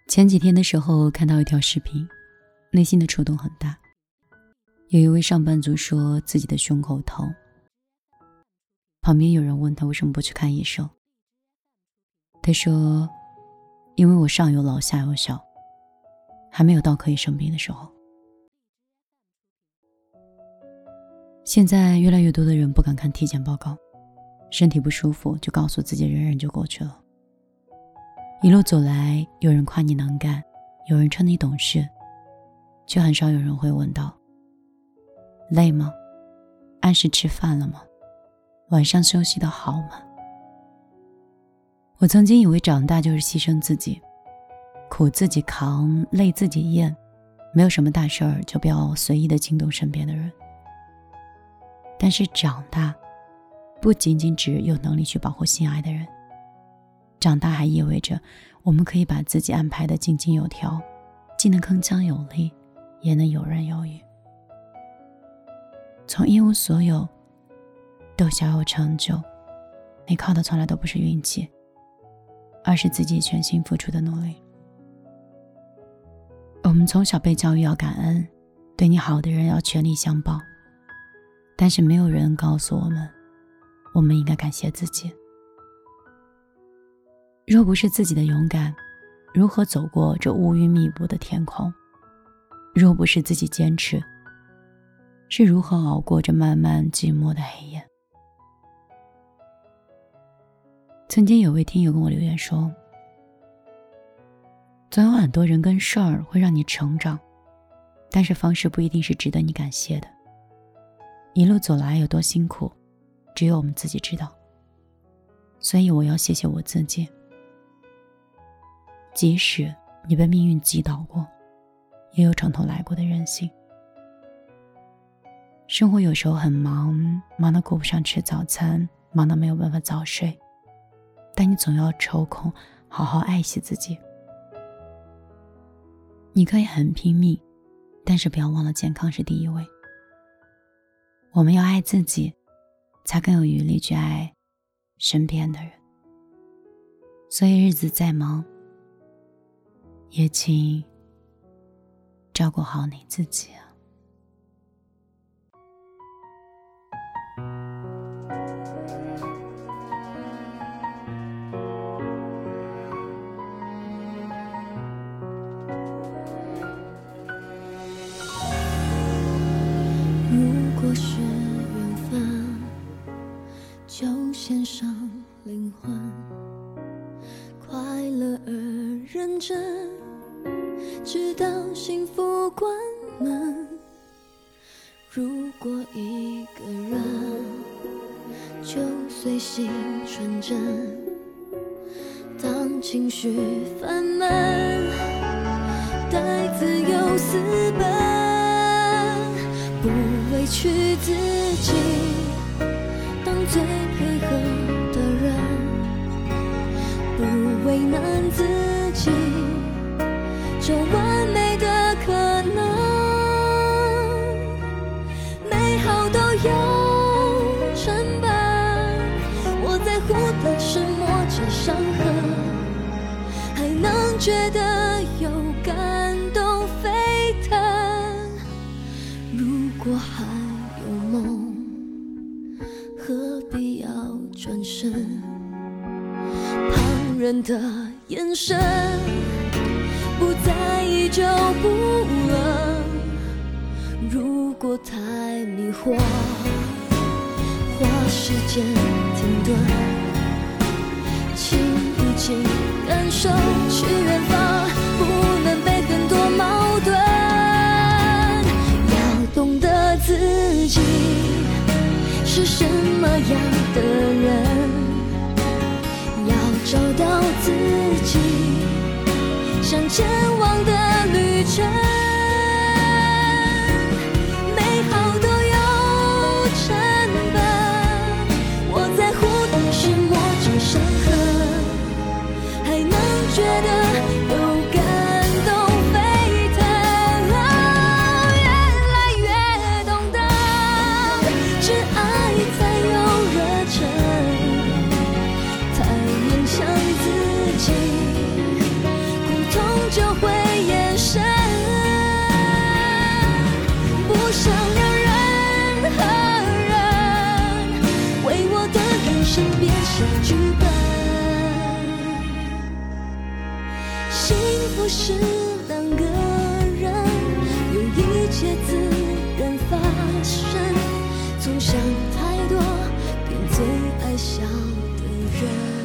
前几天的时候看到一条视频，内心的触动很大。有一位上班族说自己的胸口疼，旁边有人问他为什么不去看医生。他说，因为我上有老下有小，还没有到可以生病的时候。现在越来越多的人不敢看体检报告，身体不舒服就告诉自己忍忍就过去了。一路走来，有人夸你能干，有人称你懂事，却很少有人会问到，累吗？按时吃饭了吗？晚上休息得好吗？我曾经以为长大就是牺牲自己，苦自己扛，累自己咽，没有什么大事儿就不要随意的惊动身边的人。但是长大不仅仅只有能力去保护心爱的人，长大还意味着我们可以把自己安排得井井有条，既能铿锵有力，也能游刃有余。从一无所有到小有成就，你靠的从来都不是运气，而是自己全心付出的努力。我们从小被教育要感恩，对你好的人要全力相报，但是没有人告诉我们应该感谢自己。若不是自己的勇敢，如何走过这乌云密布的天空？若不是自己坚持，是如何熬过这漫漫寂寞的黑夜？曾经有位听友跟我留言说，总有很多人跟事儿会让你成长，但是方式不一定是值得你感谢的。一路走来有多辛苦，只有我们自己知道。所以我要谢谢我自己，即使你被命运击倒过，也有从头来过的韧性。生活有时候很忙，忙得顾不上吃早餐，忙得没有办法早睡，但你总要抽空好好爱惜自己。你可以很拼命，但是不要忘了健康是第一位。我们要爱自己，才更有余力去爱身边的人。所以日子再忙，也请照顾好你自己啊。 如果是缘分，就献上灵魂，快乐而认真，直到幸福关门。如果一个人，就随性纯真，当情绪烦闷，带自由私奔，不委屈自己，当最配合的人，不为难自己，这完美的可能，美好都有成本，我在乎的是磨着伤痕，还能觉得有感动沸腾。如果还有梦，何必要转身？旁人的眼神，不在意就不冷。如果太迷惑，花时间停顿，请一起感受去远方，不能被很多矛盾。要懂得自己是什么样的人，要找到自己想前往的旅程，美好都有成本，我在乎的是磨着伤痕，还能觉得有感动沸腾，越来越懂得只爱才有热忱，才勉强自己，苦痛就会延伸，不想两人和人为我的人生编写剧本。幸福是两个人有一切自然发生，总想太多变最爱笑的人。